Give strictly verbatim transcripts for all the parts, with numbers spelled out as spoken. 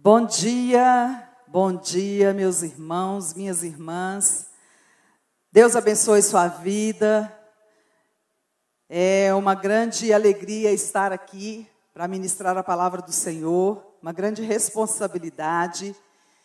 Bom dia, bom dia, meus irmãos, minhas irmãs. Deus abençoe sua vida. É uma grande alegria estar aqui para ministrar a palavra do Senhor, uma grande responsabilidade.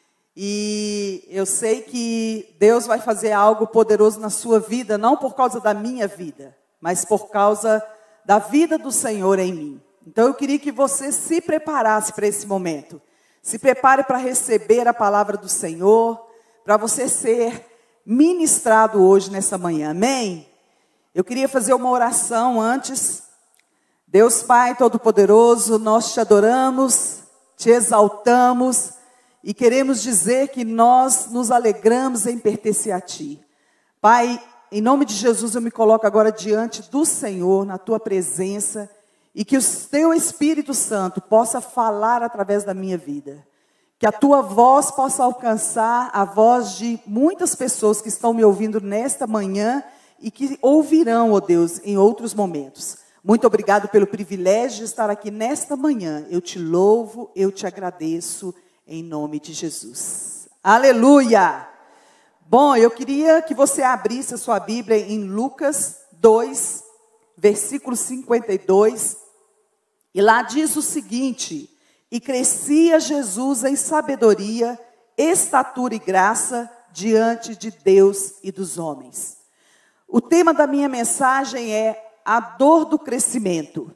E eu sei que Deus vai fazer algo poderoso na sua vida, não por causa da minha vida, mas por causa da vida do Senhor em mim. Então eu queria que você se preparasse para esse momento. Se prepare para receber a palavra do Senhor, para você ser ministrado hoje nessa manhã, amém? Eu queria fazer uma oração antes. Deus Pai Todo-Poderoso, nós te adoramos, te exaltamos e queremos dizer que nós nos alegramos em pertencer a Ti. Pai, em nome de Jesus eu me coloco agora diante do Senhor, na Tua presença, e que o Teu Espírito Santo possa falar através da minha vida. Que a Tua voz possa alcançar a voz de muitas pessoas que estão me ouvindo nesta manhã e que ouvirão, ó Deus, em outros momentos. Muito obrigado pelo privilégio de estar aqui nesta manhã. Eu te louvo, eu te agradeço, em nome de Jesus. Aleluia! Bom, eu queria que você abrisse a sua Bíblia em Lucas dois, versículo cinquenta e dois. E lá diz o seguinte: e crescia Jesus em sabedoria, estatura e graça diante de Deus e dos homens. O tema da minha mensagem é a dor do crescimento.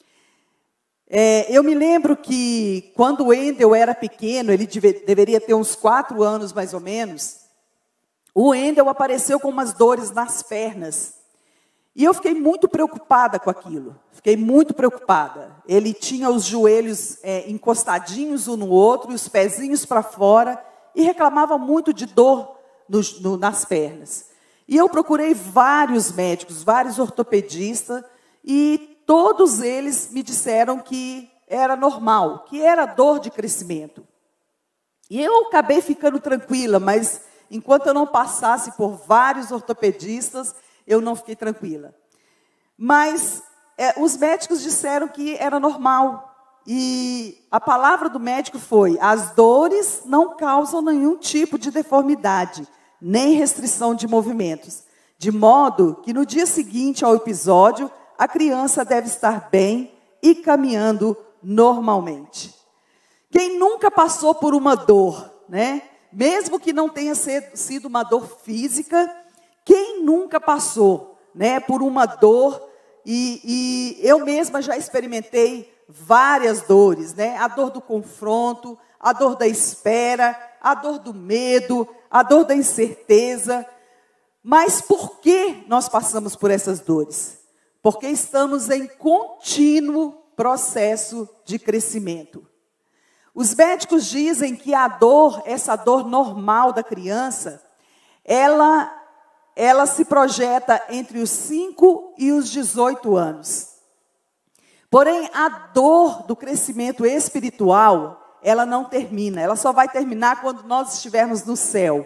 É, eu me lembro que quando o Wendel era pequeno, ele deve, deveria ter uns quatro anos mais ou menos, o Wendel apareceu com umas dores nas pernas. E eu fiquei muito preocupada com aquilo, fiquei muito preocupada. Ele tinha os joelhos é, encostadinhos um no outro, os pezinhos para fora, e reclamava muito de dor no, no, nas pernas. E eu procurei vários médicos, vários ortopedistas, e todos eles me disseram que era normal, que era dor de crescimento. E eu acabei ficando tranquila, mas enquanto eu não passasse por vários ortopedistas, eu não fiquei tranquila. Mas é, os médicos disseram que era normal. E a palavra do médico foi: as dores não causam nenhum tipo de deformidade, nem restrição de movimentos. De modo que no dia seguinte ao episódio, a criança deve estar bem e caminhando normalmente. Quem nunca passou por uma dor, né? Mesmo que não tenha sido uma dor física, quem nunca passou, né, por uma dor, e, e eu mesma já experimentei várias dores, né? A dor do confronto, a dor da espera, a dor do medo, a dor da incerteza. Mas por que nós passamos por essas dores? Porque estamos em contínuo processo de crescimento. Os médicos dizem que a dor, essa dor normal da criança, ela... ela se projeta entre os cinco e os dezoito anos. Porém, a dor do crescimento espiritual, ela não termina. Ela só vai terminar quando nós estivermos no céu.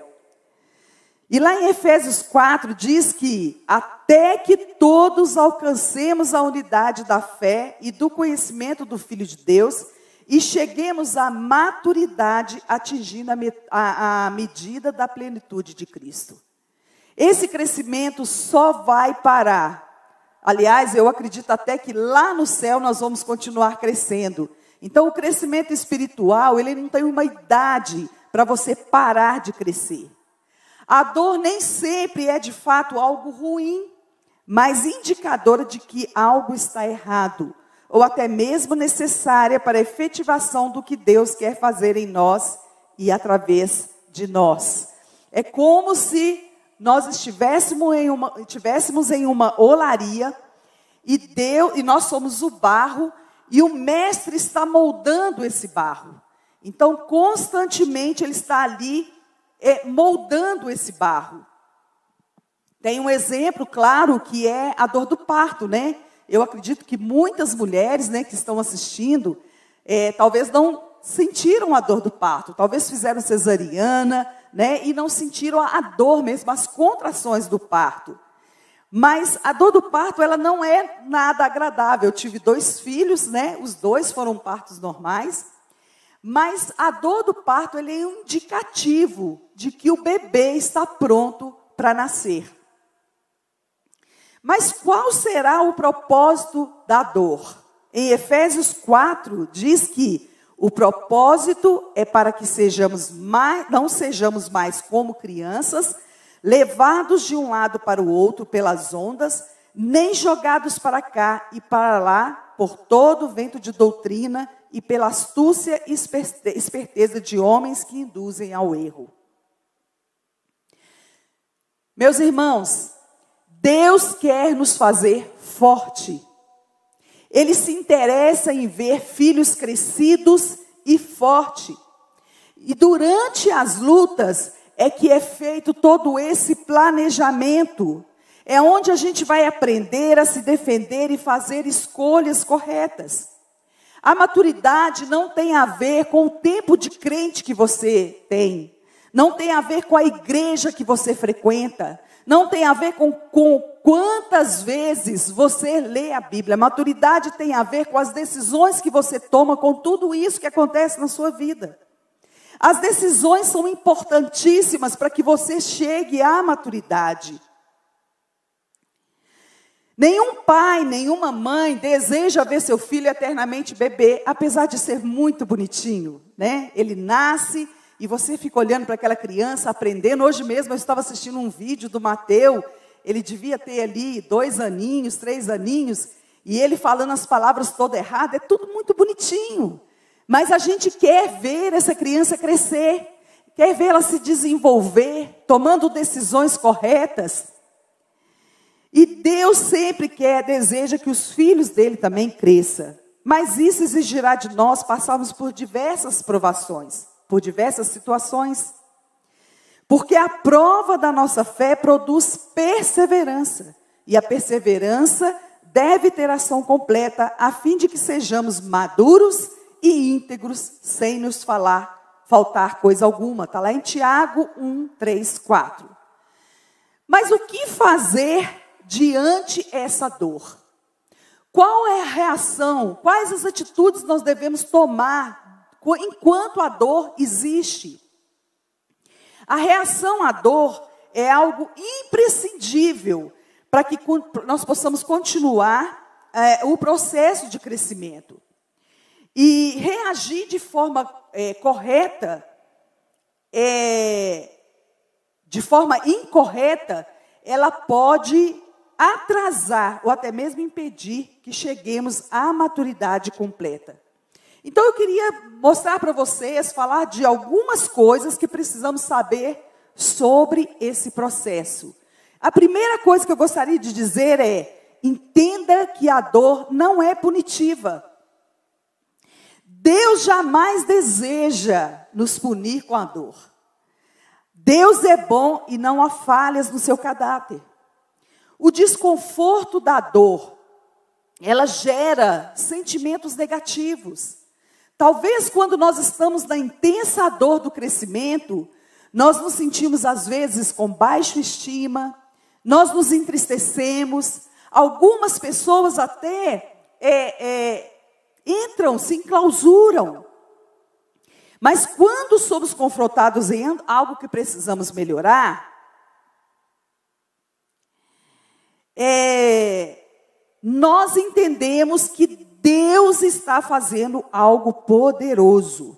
E lá em Efésios quatro diz que até que todos alcancemos a unidade da fé e do conhecimento do Filho de Deus e cheguemos à maturidade, atingindo a, me, a, a medida da plenitude de Cristo. Esse crescimento só vai parar. Aliás, eu acredito até que lá no céu nós vamos continuar crescendo. Então, o crescimento espiritual, ele não tem uma idade para você parar de crescer. A dor nem sempre é de fato algo ruim, mas indicadora de que algo está errado, ou até mesmo necessária para a efetivação do que Deus quer fazer em nós e através de nós. É como se nós estivéssemos em uma, estivéssemos em uma olaria e, Deus, e nós somos o barro e o mestre está moldando esse barro. Então, constantemente ele está ali é, moldando esse barro. Tem um exemplo claro que é a dor do parto, né? Eu acredito que muitas mulheres, né, que estão assistindo, é, talvez não sentiram a dor do parto, talvez fizeram cesariana, né, e não sentiram a dor mesmo, as contrações do parto. Mas a dor do parto, ela não é nada agradável. Eu tive dois filhos, né, os dois foram partos normais, Mas a dor do parto ele é um indicativo de que o bebê está pronto para nascer. Mas qual será o propósito da dor? Em Efésios quatro, diz que o propósito é para que sejamos mais, não sejamos mais como crianças, levados de um lado para o outro pelas ondas, nem jogados para cá e para lá por todo o vento de doutrina e pela astúcia e esperteza de homens que induzem ao erro. Meus irmãos, Deus quer nos fazer forte. Ele se interessa em ver filhos crescidos e fortes. E durante as lutas é que é feito todo esse planejamento. É onde a gente vai aprender a se defender e fazer escolhas corretas. A maturidade não tem a ver com o tempo de crente que você tem. Não tem a ver com a igreja que você frequenta. Não tem a ver com, com quantas vezes você lê a Bíblia. A maturidade tem a ver com as decisões que você toma, com tudo isso que acontece na sua vida. As decisões são importantíssimas para que você chegue à maturidade. Nenhum pai, nenhuma mãe deseja ver seu filho eternamente bebê, apesar de ser muito bonitinho, né? Ele nasce e você fica olhando para aquela criança, aprendendo. Hoje mesmo eu estava assistindo um vídeo do Mateus, ele devia ter ali dois aninhos, três aninhos, e ele falando as palavras todas erradas, é tudo muito bonitinho. Mas a gente quer ver essa criança crescer, quer ver ela se desenvolver, tomando decisões corretas. E Deus sempre quer, deseja que os filhos dele também cresçam. Mas isso exigirá de nós passarmos por diversas provações, por diversas situações. Porque a prova da nossa fé produz perseverança. E a perseverança deve ter ação completa, a fim de que sejamos maduros e íntegros, sem nos falar, faltar coisa alguma. Está lá em Tiago um, três, quatro. Mas o que fazer diante essa dor? Qual é a reação? Quais as atitudes nós devemos tomar enquanto a dor existe? A reação à dor é algo imprescindível para que nós possamos continuar é, o processo de crescimento. E reagir de forma é, correta, é, de forma incorreta, ela pode atrasar ou até mesmo impedir que cheguemos à maturidade completa. Então eu queria mostrar para vocês, falar de algumas coisas que precisamos saber sobre esse processo. A primeira coisa que eu gostaria de dizer é: entenda que a dor não é punitiva. Deus jamais deseja nos punir com a dor. Deus é bom e não há falhas no seu caráter. O desconforto da dor, ela gera sentimentos negativos. Talvez quando nós estamos na intensa dor do crescimento, nós nos sentimos às vezes com baixa estima, nós nos entristecemos, algumas pessoas até é, é, entram, se enclausuram. Mas quando somos confrontados em algo que precisamos melhorar, é, nós entendemos que Deus está fazendo algo poderoso.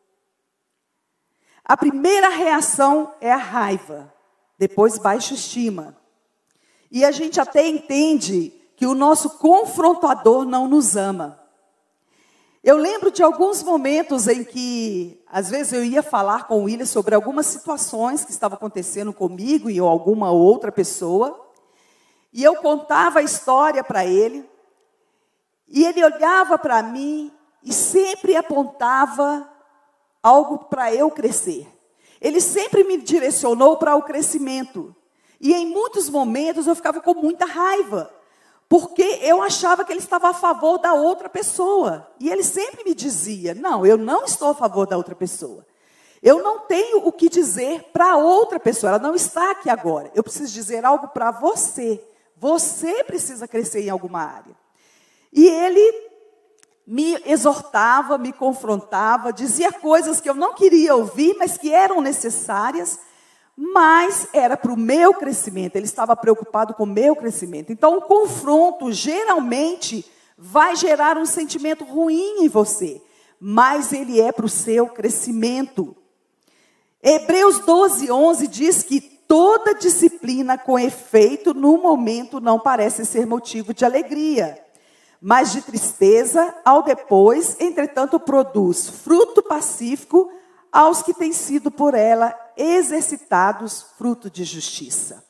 A primeira reação é a raiva, depois baixa estima. E a gente até entende que o nosso confrontador não nos ama. Eu lembro de alguns momentos em que, às vezes eu ia falar com o William sobre algumas situações que estavam acontecendo comigo e ou alguma outra pessoa. E eu contava a história para ele. E ele olhava para mim e sempre apontava algo para eu crescer. Ele sempre me direcionou para o crescimento. E em muitos momentos eu ficava com muita raiva. Porque eu achava que ele estava a favor da outra pessoa. E ele sempre me dizia: não, eu não estou a favor da outra pessoa. Eu não tenho o que dizer para outra pessoa. Ela não está aqui agora. Eu preciso dizer algo para você. Você precisa crescer em alguma área. E ele me exortava, me confrontava, dizia coisas que eu não queria ouvir, mas que eram necessárias, mas era para o meu crescimento, ele estava preocupado com o meu crescimento. Então, o confronto geralmente vai gerar um sentimento ruim em você, mas ele é para o seu crescimento. Hebreus doze, onze diz que toda disciplina com efeito no momento não parece ser motivo de alegria, mas de tristeza ao depois, entretanto produz fruto pacífico aos que têm sido por ela exercitados, fruto de justiça.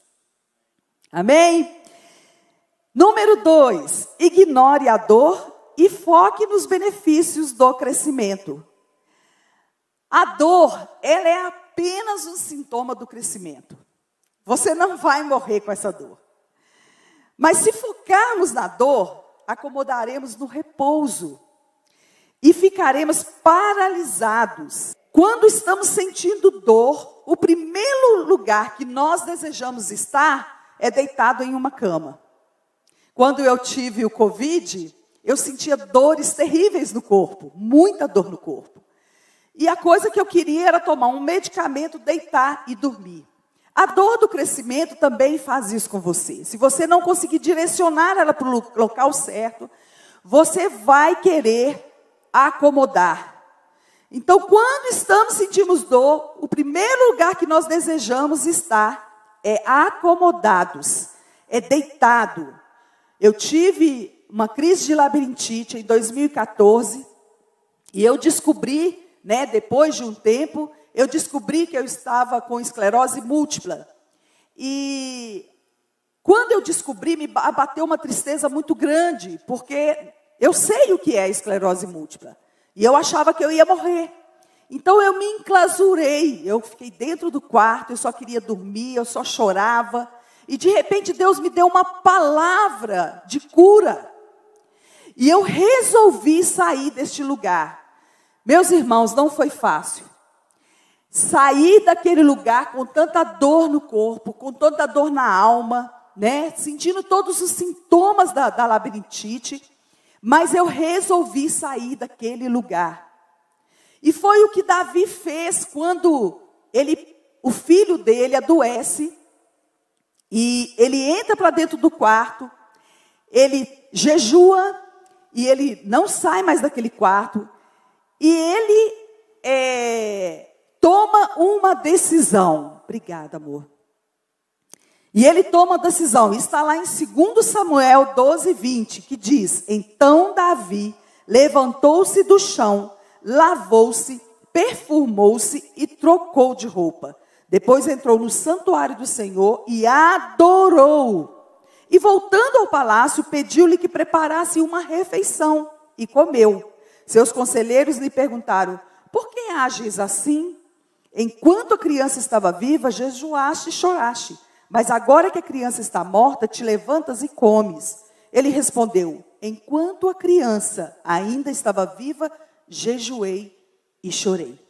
Amém? Número dois, ignore a dor e foque nos benefícios do crescimento. A dor, ela é apenas um sintoma do crescimento. Você não vai morrer com essa dor. Mas se focarmos na dor, acomodaremos no repouso e ficaremos paralisados. Quando estamos sentindo dor, o primeiro lugar que nós desejamos estar é deitado em uma cama. Quando eu tive o Covid, eu sentia dores terríveis no corpo, muita dor no corpo. E a coisa que eu queria era tomar um medicamento, deitar e dormir. A dor do crescimento também faz isso com você. Se você não conseguir direcionar ela para o local certo, você vai querer acomodar. Então, quando estamos sentindo dor, o primeiro lugar que nós desejamos estar é acomodados, é deitado. Eu tive uma crise de labirintite em dois mil e quatorze e eu descobri, né, depois de um tempo, eu descobri que eu estava com esclerose múltipla. E quando eu descobri, me abateu uma tristeza muito grande, porque eu sei o que é esclerose múltipla. E eu achava que eu ia morrer. Então eu me enclausurei, eu fiquei dentro do quarto, eu só queria dormir, eu só chorava. E de repente Deus me deu uma palavra de cura. E eu resolvi sair deste lugar. Meus irmãos, não foi fácil. Sair daquele lugar com tanta dor no corpo, com tanta dor na alma, né? Sentindo todos os sintomas da, da labirintite. Mas eu resolvi sair daquele lugar. E foi o que Davi fez quando ele, o filho dele adoece. E ele entra para dentro do quarto. Ele jejua. E ele não sai mais daquele quarto. E ele é, toma uma decisão. Obrigada, amor. E ele toma uma decisão. Está lá em dois Samuel doze, vinte, que diz: então Davi levantou-se do chão, lavou-se, perfumou-se e trocou de roupa. Depois entrou no santuário do Senhor e adorou. E voltando ao palácio, pediu-lhe que preparasse uma refeição e comeu. Seus conselheiros lhe perguntaram: por que ages assim? Enquanto a criança estava viva, jejuaste e choraste. Mas agora que a criança está morta, te levantas e comes. Ele respondeu: enquanto a criança ainda estava viva, jejuei e chorei.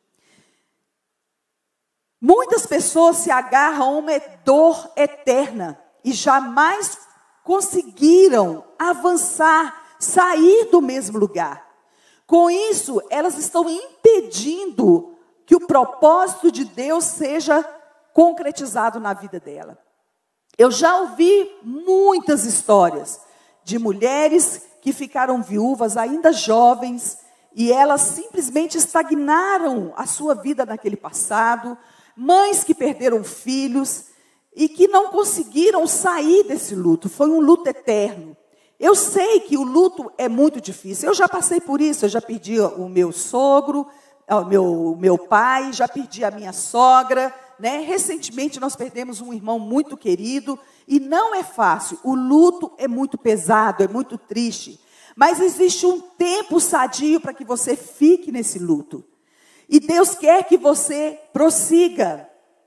Muitas pessoas se agarram a uma dor eterna e jamais conseguiram avançar, sair do mesmo lugar. Com isso, elas estão impedindo que o propósito de Deus seja concretizado na vida dela. Eu já ouvi muitas histórias de mulheres que ficaram viúvas ainda jovens e elas simplesmente estagnaram a sua vida naquele passado, mães que perderam filhos e que não conseguiram sair desse luto. Foi um luto eterno. Eu sei que o luto é muito difícil. Eu já passei por isso. Eu já perdi o meu sogro, o meu, o meu pai, já perdi a minha sogra, né? Recentemente nós perdemos um irmão muito querido. E não é fácil. O luto é muito pesado, é muito triste. Mas existe um tempo sadio para que você fique nesse luto. E Deus quer que você prossiga.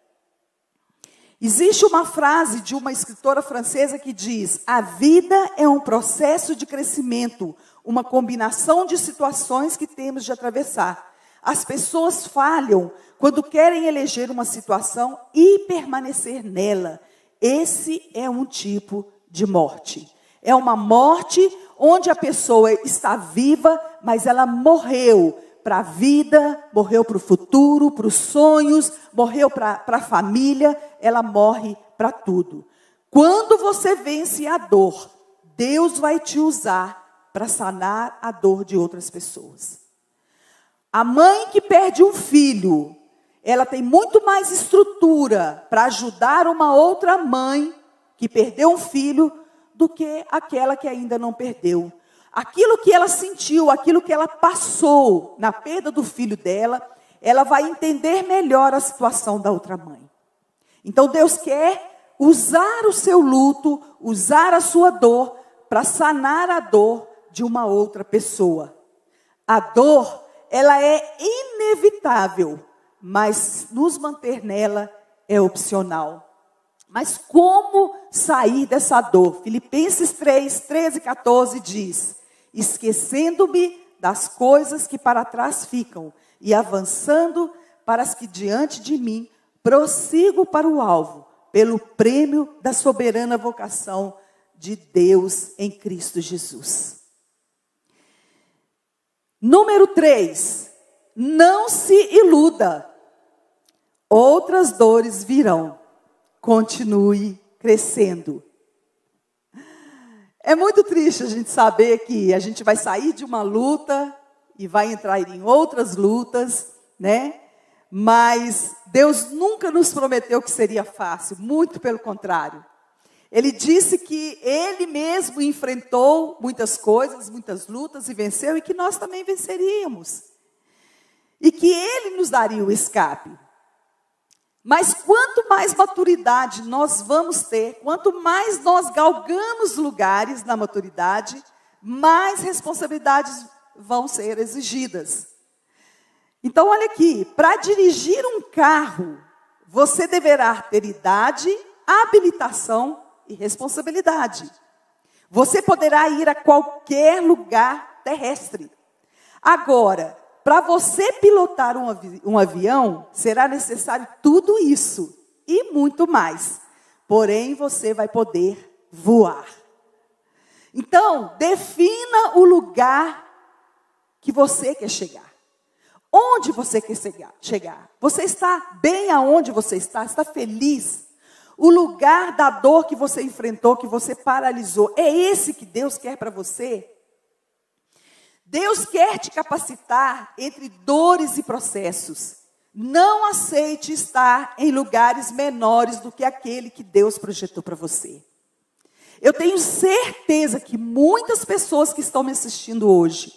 Existe uma frase de uma escritora francesa que diz: a vida é um processo de crescimento, uma combinação de situações que temos de atravessar. As pessoas falham quando querem eleger uma situação e permanecer nela. Esse é um tipo de morte. É uma morte onde a pessoa está viva, mas ela morreu para a vida, morreu para o futuro, para os sonhos, morreu para a família, ela morre para tudo. Quando você vence a dor, Deus vai te usar para sanar a dor de outras pessoas. A mãe que perde um filho, ela tem muito mais estrutura para ajudar uma outra mãe que perdeu um filho do que aquela que ainda não perdeu. Aquilo que ela sentiu, aquilo que ela passou na perda do filho dela, ela vai entender melhor a situação da outra mãe. Então Deus quer usar o seu luto, usar a sua dor para sanar a dor de uma outra pessoa. A dor, ela é inevitável, mas nos manter nela é opcional. Mas como sair dessa dor? Filipenses três, treze e quatorze diz: esquecendo-me das coisas que para trás ficam e avançando para as que diante de mim, prossigo para o alvo, pelo prêmio da soberana vocação de Deus em Cristo Jesus. Número três, não se iluda. Outras dores virão. Continue crescendo. É muito triste a gente saber que a gente vai sair de uma luta e vai entrar em outras lutas, né? Mas Deus nunca nos prometeu que seria fácil, muito pelo contrário. Ele disse que Ele mesmo enfrentou muitas coisas, muitas lutas e venceu, e que nós também venceríamos. E que Ele nos daria o escape. Mas quanto mais maturidade nós vamos ter, quanto mais nós galgamos lugares na maturidade, mais responsabilidades vão ser exigidas. Então, olha aqui, para dirigir um carro, você deverá ter idade, habilitação e responsabilidade. Você poderá ir a qualquer lugar terrestre. Agora, para você pilotar um, avi- um avião, será necessário tudo isso e muito mais. Porém, você vai poder voar. Então, defina o lugar que você quer chegar. Onde você quer chegar? Você está bem aonde você está? Está feliz? O lugar da dor que você enfrentou, que você paralisou, é esse que Deus quer para você? Deus quer te capacitar entre dores e processos. Não aceite estar em lugares menores do que aquele que Deus projetou para você. Eu tenho certeza que muitas pessoas que estão me assistindo hoje,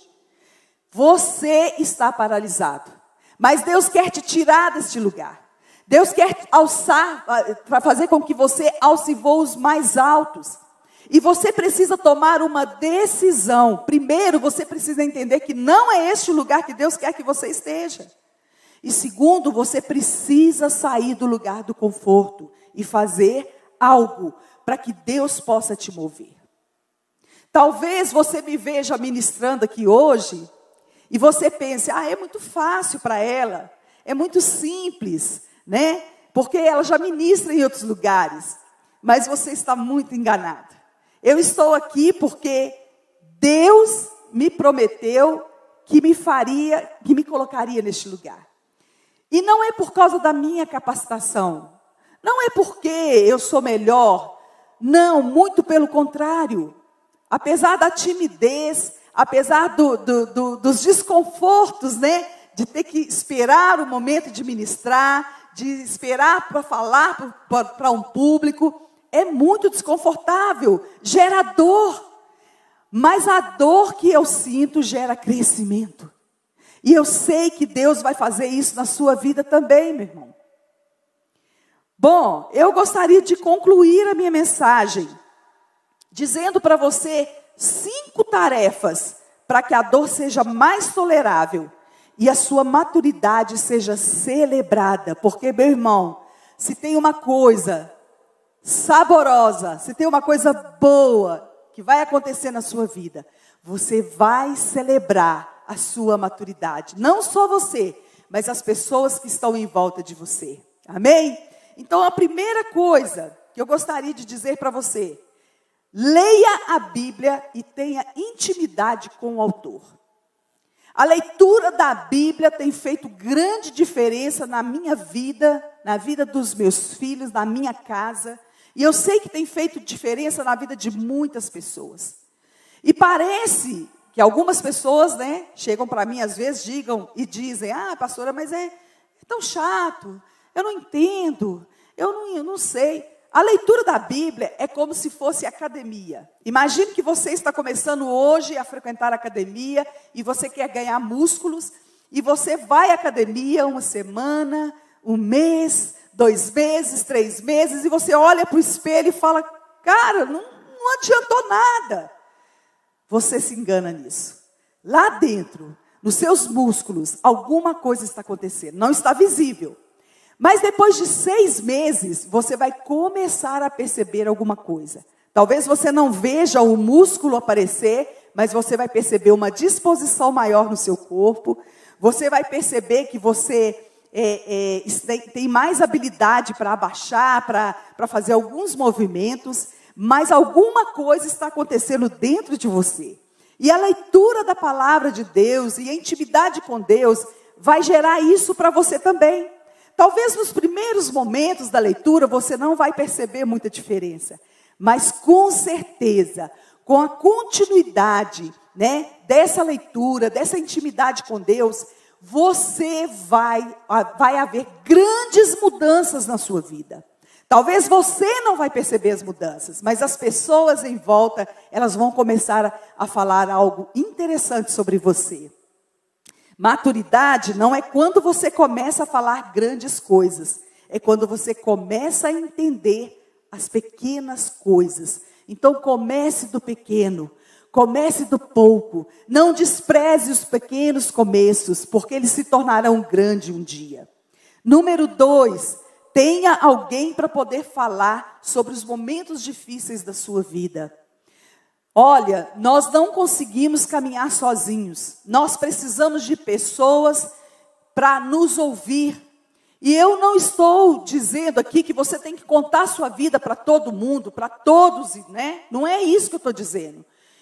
você está paralisado. Mas Deus quer te tirar deste lugar. Deus quer alçar, para fazer com que você alce voos mais altos. E você precisa tomar uma decisão. Primeiro, você precisa entender que não é este o lugar que Deus quer que você esteja. E segundo, você precisa sair do lugar do conforto e fazer algo para que Deus possa te mover. Talvez você me veja ministrando aqui hoje e você pense, ah, é muito fácil para ela, é muito simples, né? Porque ela já ministra em outros lugares. Mas você está muito enganado. Eu estou aqui porque Deus me prometeu que me faria, que me colocaria neste lugar. E não é por causa da minha capacitação. Não é porque eu sou melhor. Não, muito pelo contrário. Apesar da timidez, apesar do, do, do, dos desconfortos, né? De ter que esperar o momento de ministrar, de esperar para falar para um público. É muito desconfortável, gera dor. Mas a dor que eu sinto gera crescimento. E eu sei que Deus vai fazer isso na sua vida também, meu irmão. Bom, eu gostaria de concluir a minha mensagem dizendo para você cinco tarefas para que a dor seja mais tolerável e a sua maturidade seja celebrada. Porque, meu irmão, se tem uma coisa saborosa, se tem uma coisa boa que vai acontecer na sua vida, você vai celebrar a sua maturidade. Não só você, mas as pessoas que estão em volta de você. Amém? Então, a primeira coisa que eu gostaria de dizer para você, Leia a Bíblia e tenha intimidade com o autor. A leitura da Bíblia tem feito grande diferença na minha vida, na vida dos meus filhos, na minha casa. E eu sei que tem feito diferença na vida de muitas pessoas. E parece que algumas pessoas, né, chegam para mim às vezes, digam e dizem, ah, pastora, mas é, é tão chato, eu não entendo, eu não, eu não sei. A leitura da Bíblia é como se fosse academia. Imagine que você está começando hoje a frequentar a academia e você quer ganhar músculos e você vai à academia uma semana, um mês, dois meses, três meses e você olha para o espelho e fala, cara, não, não adiantou nada. Você se engana nisso. Lá dentro, nos seus músculos, alguma coisa está acontecendo. Não está visível. Mas depois de seis meses, você vai começar a perceber alguma coisa. Talvez você não veja o músculo aparecer, mas você vai perceber uma disposição maior no seu corpo. Você vai perceber que você é, é, tem mais habilidade para abaixar, para fazer alguns movimentos. Mas alguma coisa está acontecendo dentro de você. E a leitura da palavra de Deus e a intimidade com Deus vai gerar isso para você também. Talvez nos primeiros momentos da leitura você não vai perceber muita diferença. Mas com certeza, com a continuidade, né, dessa leitura, dessa intimidade com Deus, você vai, vai haver grandes mudanças na sua vida. Talvez você não vai perceber as mudanças, mas as pessoas em volta, elas vão começar a, a falar algo interessante sobre você. Maturidade não é quando você começa a falar grandes coisas, é quando você começa a entender as pequenas coisas. Então comece do pequeno, comece do pouco, não despreze os pequenos começos, porque eles se tornarão grandes um dia. Número dois, tenha alguém para poder falar sobre os momentos difíceis da sua vida. Olha, nós não conseguimos caminhar sozinhos. Nós precisamos de pessoas para nos ouvir. E eu não estou dizendo aqui que você tem que contar a sua vida para todo mundo, para todos, né? Não é isso que eu estou dizendo.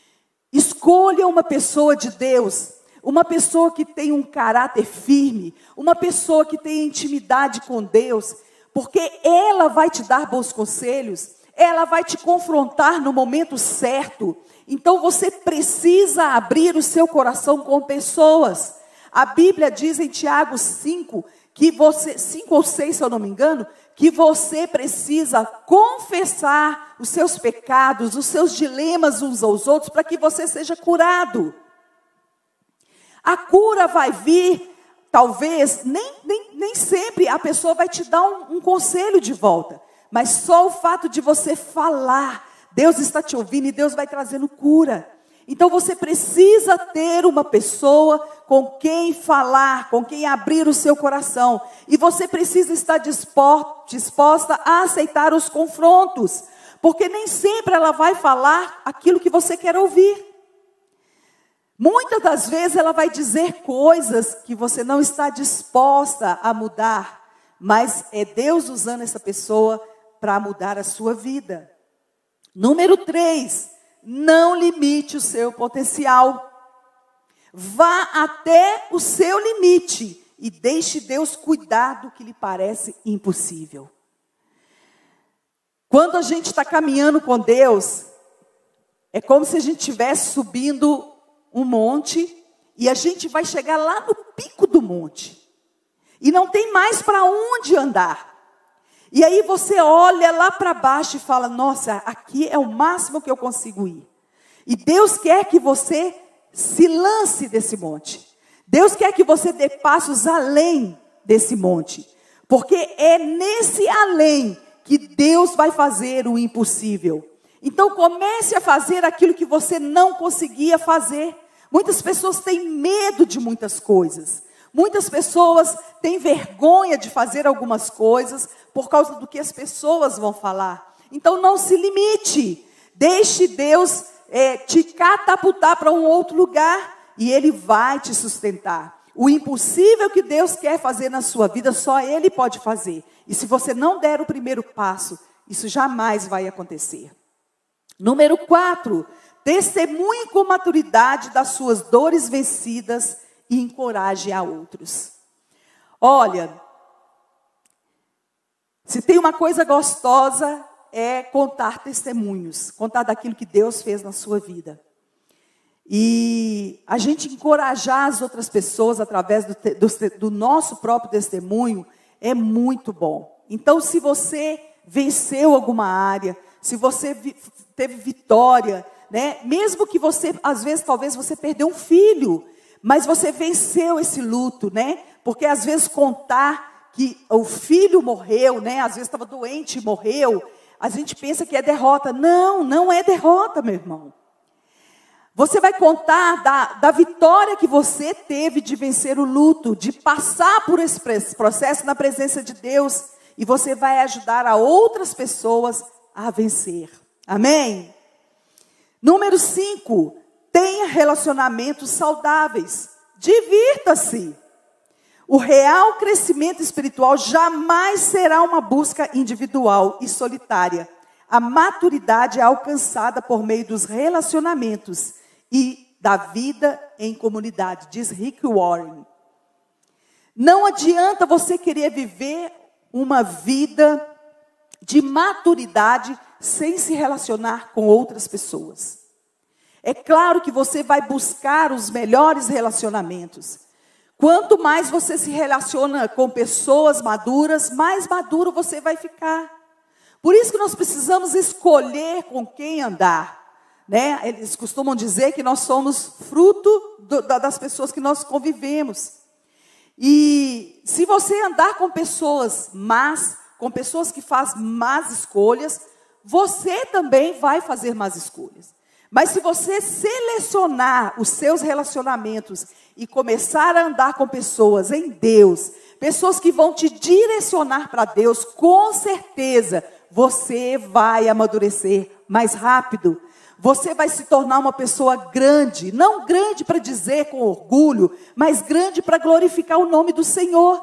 Escolha uma pessoa de Deus, uma pessoa que tem um caráter firme, uma pessoa que tem intimidade com Deus, porque ela vai te dar bons conselhos, ela vai te confrontar no momento certo. Então você precisa abrir o seu coração com pessoas. A Bíblia diz em Tiago cinco, que você, cinco ou seis, se eu não me engano, que você precisa confessar os seus pecados, os seus dilemas uns aos outros, para que você seja curado. A cura vai vir, talvez, nem, nem, nem sempre a pessoa vai te dar um, um conselho de volta. Mas só o fato de você falar, Deus está te ouvindo e Deus vai trazendo cura. Então você precisa ter uma pessoa com quem falar, com quem abrir o seu coração. E você precisa estar disposta a aceitar os confrontos. Porque nem sempre ela vai falar aquilo que você quer ouvir. Muitas das vezes ela vai dizer coisas que você não está disposta a mudar. Mas é Deus usando essa pessoa para mudar a sua vida. Número três, não limite o seu potencial. Vá até o seu limite e deixe Deus cuidar do que lhe parece impossível. Quando a gente está caminhando com Deus, é como se a gente estivesse subindo um monte e a gente vai chegar lá no pico do monte. E não tem mais para onde andar. E aí você olha lá para baixo e fala, nossa, aqui é o máximo que eu consigo ir. E Deus quer que você se lance desse monte. Deus quer que você dê passos além desse monte. Porque é nesse além que Deus vai fazer o impossível. Então comece a fazer aquilo que você não conseguia fazer. Muitas pessoas têm medo de muitas coisas. Muitas pessoas têm vergonha de fazer algumas coisas por causa do que as pessoas vão falar. Então não se limite. Deixe Deus é, te catapultar para um outro lugar e Ele vai te sustentar. O impossível que Deus quer fazer na sua vida, só Ele pode fazer. E se você não der o primeiro passo, isso jamais vai acontecer. Número quatro, testemunhe com maturidade das suas dores vencidas e encoraje a outros. Olha, se tem uma coisa gostosa, é contar testemunhos, contar daquilo que Deus fez na sua vida. E a gente encorajar as outras pessoas através do, do, do nosso próprio testemunho é muito bom. Então, se você venceu alguma área, se você vi, teve vitória, né? Mesmo que você, às vezes, talvez você perdeu um filho, mas você venceu esse luto, né? Porque às vezes contar que o filho morreu, né? Às vezes estava doente e morreu, a gente pensa que é derrota. Não, não é derrota, meu irmão. Você vai contar da, da vitória que você teve de vencer o luto, de passar por esse processo na presença de Deus, e você vai ajudar a outras pessoas a vencer. Amém? Número cinco, tenha relacionamentos saudáveis. Divirta-se. O real crescimento espiritual jamais será uma busca individual e solitária. A maturidade é alcançada por meio dos relacionamentos e da vida em comunidade, diz Rick Warren. Não adianta você querer viver uma vida de maturidade sem se relacionar com outras pessoas. É claro que você vai buscar os melhores relacionamentos. Quanto mais você se relaciona com pessoas maduras, mais maduro você vai ficar. Por isso que nós precisamos escolher com quem andar. Né? Eles costumam dizer que nós somos fruto do, das pessoas que nós convivemos. E se você andar com pessoas más, com pessoas que fazem más escolhas, você também vai fazer más escolhas. Mas se você selecionar os seus relacionamentos e começar a andar com pessoas em Deus, pessoas que vão te direcionar para Deus, com certeza você vai amadurecer mais rápido. Você vai se tornar uma pessoa grande, não grande para dizer com orgulho, mas grande para glorificar o nome do Senhor.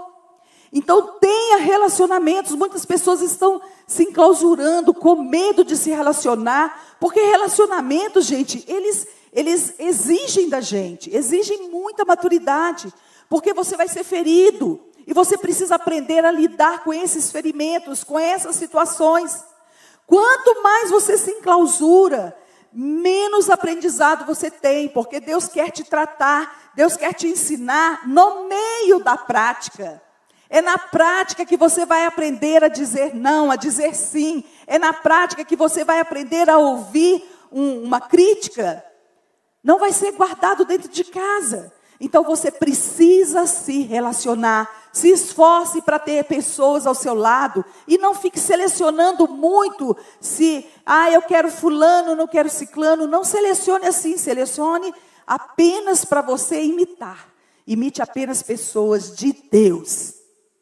Então tenha relacionamentos. Muitas pessoas estão se enclausurando com medo de se relacionar, porque relacionamentos, gente, eles, eles exigem da gente, exigem muita maturidade, porque você vai ser ferido, e você precisa aprender a lidar com esses ferimentos, com essas situações. Quanto mais você se enclausura, menos aprendizado você tem, porque Deus quer te tratar, Deus quer te ensinar no meio da prática. É na prática que você vai aprender a dizer não, a dizer sim. É na prática que você vai aprender a ouvir um, uma crítica. Não vai ser guardado dentro de casa. Então você precisa se relacionar. Se esforce para ter pessoas ao seu lado. E não fique selecionando muito se, ah, eu quero fulano, não quero ciclano. Não selecione assim, selecione apenas para você imitar. Imite apenas pessoas de Deus.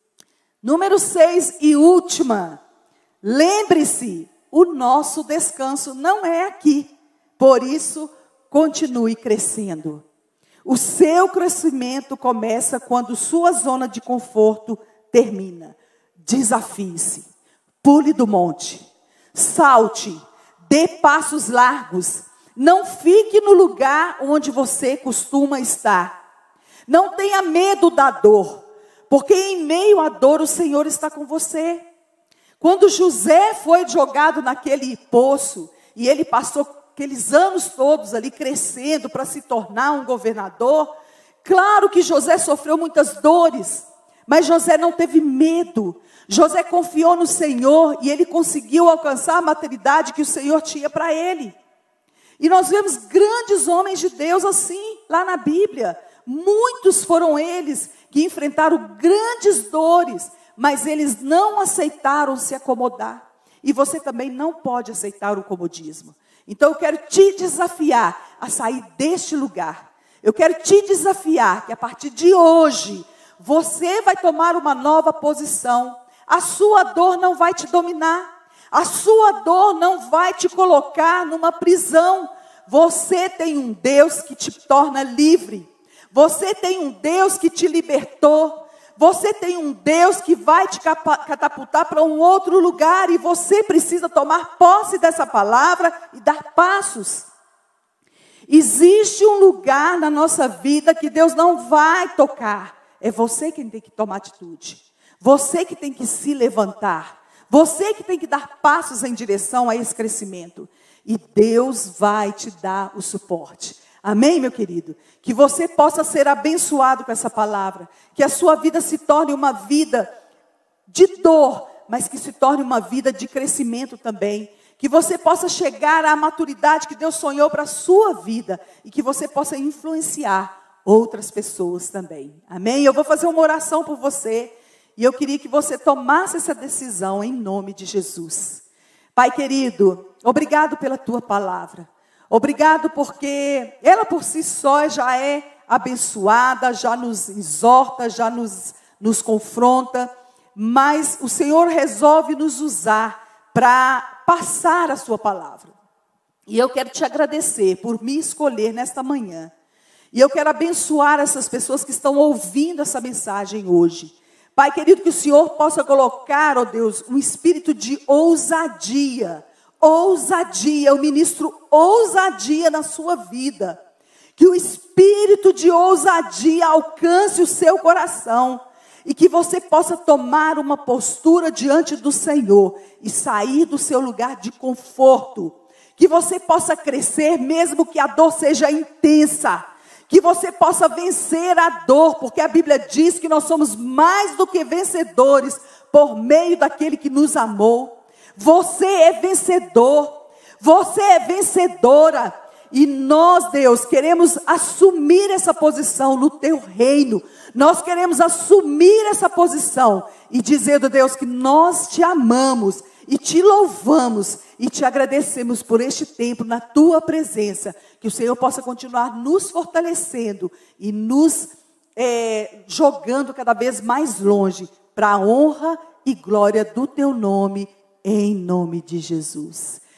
Número seis e última. Lembre-se, o nosso descanso não é aqui. Por isso, continue crescendo. O seu crescimento começa quando sua zona de conforto termina. Desafie-se, pule do monte, salte, dê passos largos. Não fique no lugar onde você costuma estar. Não tenha medo da dor, porque em meio à dor o Senhor está com você. Quando José foi jogado naquele poço, e ele passou aqueles anos todos ali crescendo para se tornar um governador, claro que José sofreu muitas dores, mas José não teve medo. José confiou no Senhor e ele conseguiu alcançar a maturidade que o Senhor tinha para ele. E nós vemos grandes homens de Deus assim, lá na Bíblia. Muitos foram eles que enfrentaram grandes dores, mas eles não aceitaram se acomodar. E você também não pode aceitar o comodismo. Então eu quero te desafiar a sair deste lugar. Eu quero te desafiar que a partir de hoje, você vai tomar uma nova posição. A sua dor não vai te dominar. A sua dor não vai te colocar numa prisão. Você tem um Deus que te torna livre. Você tem um Deus que te libertou. Você tem um Deus que vai te catapultar para um outro lugar e você precisa tomar posse dessa palavra e dar passos. Existe um lugar na nossa vida que Deus não vai tocar. É você quem tem que tomar atitude. Você que tem que se levantar. Você que tem que dar passos em direção a esse crescimento. E Deus vai te dar o suporte. Amém, meu querido? Que você possa ser abençoado com essa palavra. Que a sua vida se torne uma vida de dor, mas que se torne uma vida de crescimento também. Que você possa chegar à maturidade que Deus sonhou para a sua vida. E que você possa influenciar outras pessoas também. Amém? Eu vou fazer uma oração por você. E eu queria que você tomasse essa decisão em nome de Jesus. Pai querido, obrigado pela tua palavra. Obrigado porque ela por si só já é abençoada, já nos exorta, já nos, nos confronta. Mas o Senhor resolve nos usar para passar a sua palavra. E eu quero te agradecer por me escolher nesta manhã. E eu quero abençoar essas pessoas que estão ouvindo essa mensagem hoje. Pai querido, que o Senhor possa colocar, ó Deus, um espírito de ousadia. Ousadia, eu ministro ousadia na sua vida. Que o espírito de ousadia alcance o seu coração. E que você possa tomar uma postura diante do Senhor. E sair do seu lugar de conforto. Que você possa crescer mesmo que a dor seja intensa. Que você possa vencer a dor, porque a Bíblia diz que nós somos mais do que vencedores por meio daquele que nos amou. Você é vencedor, você é vencedora. E nós, Deus, queremos assumir essa posição no teu reino. Nós queremos assumir essa posição e dizer, Deus, que nós te amamos e te louvamos e te agradecemos por este tempo na tua presença. Que o Senhor possa continuar nos fortalecendo e nos é, jogando cada vez mais longe para a honra e glória do teu nome, em nome de Jesus.